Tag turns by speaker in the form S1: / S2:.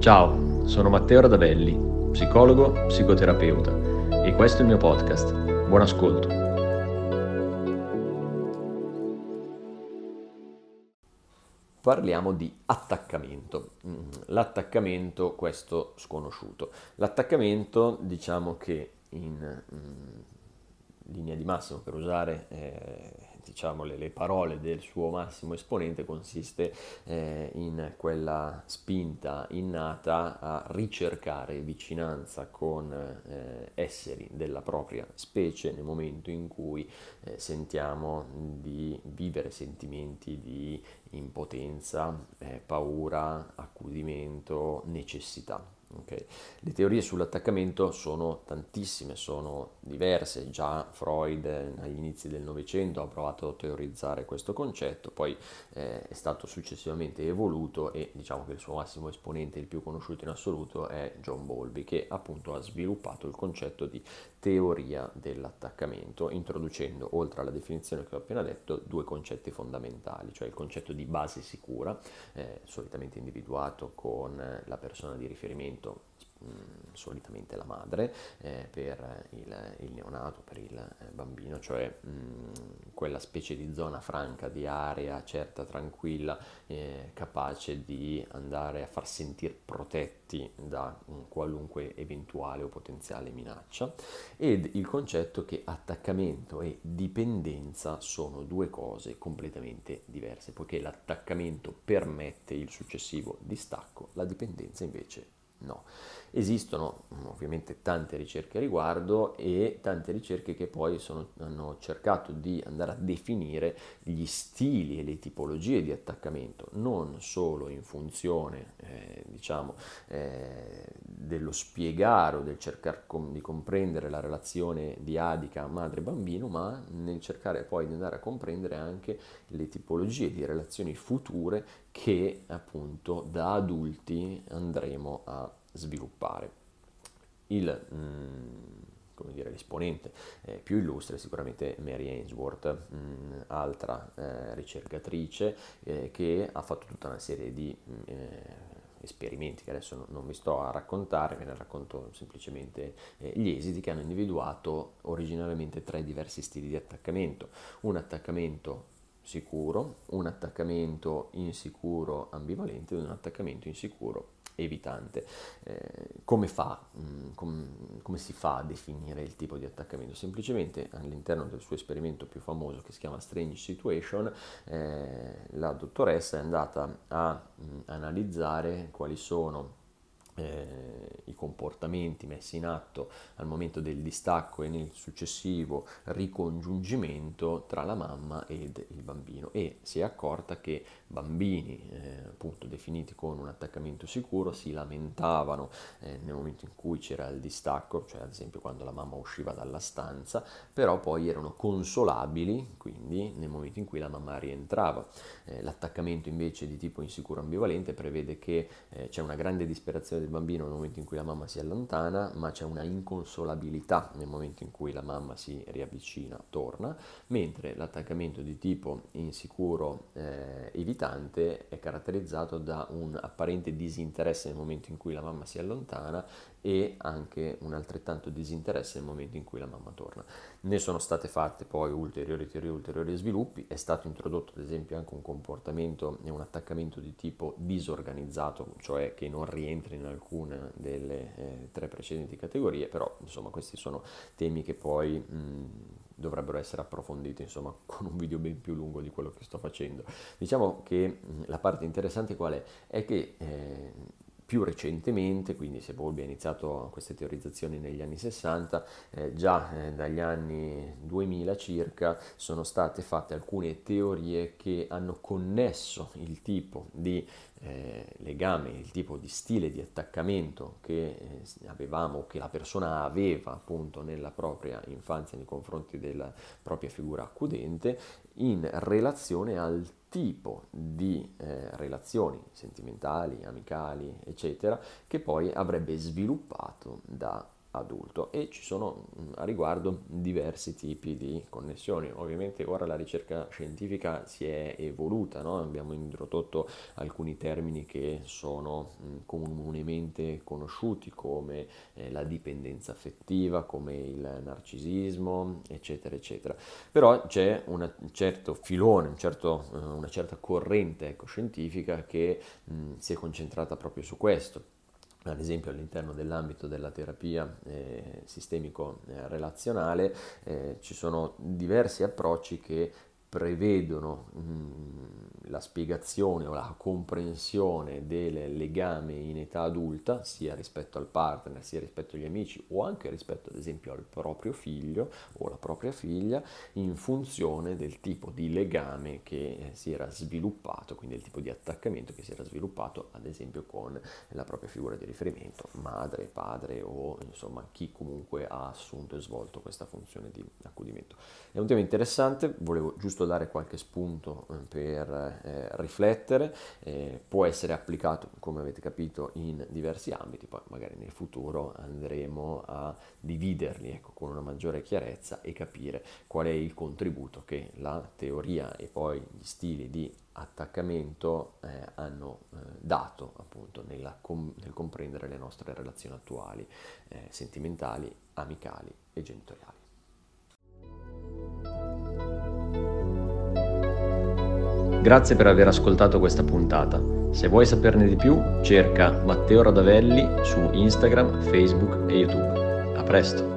S1: Ciao, sono Matteo Radavelli, psicologo, psicoterapeuta e questo è il mio podcast. Buon ascolto. Parliamo di attaccamento. L'attaccamento, questo sconosciuto. L'attaccamento, diciamo che in linea di massimo, per usare diciamo le parole del suo massimo esponente, consiste in quella spinta innata a ricercare vicinanza con esseri della propria specie nel momento in cui sentiamo di vivere sentimenti di impotenza, paura, accudimento, necessità. Okay. Le teorie sull'attaccamento sono tantissime, sono diverse. Già Freud agli inizi del Novecento ha provato a teorizzare questo concetto, poi è stato successivamente evoluto e diciamo che il suo massimo esponente, il più conosciuto in assoluto, è John Bowlby, che appunto ha sviluppato il concetto di teoria dell'attaccamento, introducendo, oltre alla definizione che ho appena detto, due concetti fondamentali, cioè il concetto di base sicura, solitamente individuato con la persona di riferimento, solitamente la madre, per il neonato, per il bambino, cioè quella specie di zona franca, di area certa, tranquilla, capace di andare a far sentire protetti da qualunque eventuale o potenziale minaccia, ed il concetto che attaccamento e dipendenza sono due cose completamente diverse, poiché l'attaccamento permette il successivo distacco, la dipendenza invece no. Esistono ovviamente tante ricerche a riguardo e tante ricerche che poi hanno cercato di andare a definire gli stili e le tipologie di attaccamento, non solo in funzione dello spiegare o del cercare di comprendere la relazione diadica madre-bambino, ma nel cercare poi di andare a comprendere anche le tipologie di relazioni future che appunto da adulti andremo a sviluppare. L'esponente più illustre è sicuramente Mary Ainsworth, altra ricercatrice che ha fatto tutta una serie di esperimenti che adesso non vi sto a raccontare, ve ne racconto semplicemente gli esiti, che hanno individuato originariamente tre diversi stili di attaccamento: un attaccamento sicuro, un attaccamento insicuro ambivalente ed un attaccamento insicuro evitante. Come si fa a definire il tipo di attaccamento? Semplicemente all'interno del suo esperimento più famoso, che si chiama Strange Situation, la dottoressa è andata a analizzare quali sono i comportamenti messi in atto al momento del distacco e nel successivo ricongiungimento tra la mamma ed il bambino, e si è accorta che bambini appunto definiti con un attaccamento sicuro si lamentavano nel momento in cui c'era il distacco, cioè ad esempio quando la mamma usciva dalla stanza, però poi erano consolabili quindi nel momento in cui la mamma rientrava. L'attaccamento invece di tipo insicuro ambivalente prevede che c'è una grande disperazione del bambino nel momento in cui la mamma si allontana, ma c'è una inconsolabilità nel momento in cui la mamma si riavvicina, torna, mentre l'attaccamento di tipo insicuro evitante è caratterizzato da un apparente disinteresse nel momento in cui la mamma si allontana e anche un altrettanto disinteresse nel momento in cui la mamma torna. Ne sono state fatte poi ulteriori teorie, ulteriori sviluppi. È stato introdotto ad esempio anche un comportamento e un attaccamento di tipo disorganizzato, cioè che non rientra in alcuna delle tre precedenti categorie, però insomma questi sono temi che poi dovrebbero essere approfonditi, insomma, con un video ben più lungo di quello che sto facendo. Diciamo che la parte interessante qual è? È che più recentemente, quindi se Bowlby ha iniziato queste teorizzazioni negli anni 60, già dagli anni 2000 circa sono state fatte alcune teorie che hanno connesso il tipo di legame, il tipo di stile di attaccamento che avevamo, che la persona aveva appunto nella propria infanzia nei confronti della propria figura accudente, in relazione al tipo di relazioni sentimentali, amicali, eccetera, che poi avrebbe sviluppato da adulto, e ci sono a riguardo diversi tipi di connessioni. Ovviamente ora la ricerca scientifica si è evoluta, no? Abbiamo introdotto alcuni termini che sono comunemente conosciuti, come la dipendenza affettiva, come il narcisismo, eccetera eccetera. Però c'è un certo filone, una certa corrente, ecco, scientifica che si è concentrata proprio su questo. Ad esempio, all'interno dell'ambito della terapia sistemico-relazionale ci sono diversi approcci che prevedono la spiegazione o la comprensione del legame in età adulta, sia rispetto al partner, sia rispetto agli amici, o anche rispetto ad esempio al proprio figlio o la propria figlia, in funzione del tipo di legame che si era sviluppato, quindi il tipo di attaccamento che si era sviluppato ad esempio con la propria figura di riferimento, madre, padre, o insomma chi comunque ha assunto e svolto questa funzione di accudimento. È un tema interessante, volevo giusto dare qualche spunto per riflettere, può essere applicato, come avete capito, in diversi ambiti, poi magari nel futuro andremo a dividerli, ecco, con una maggiore chiarezza, e capire qual è il contributo che la teoria e poi gli stili di attaccamento hanno dato appunto nel comprendere le nostre relazioni attuali, sentimentali, amicali e genitoriali. Grazie per aver ascoltato questa puntata. Se vuoi saperne di più, cerca Matteo Radavelli su Instagram, Facebook e YouTube. A presto!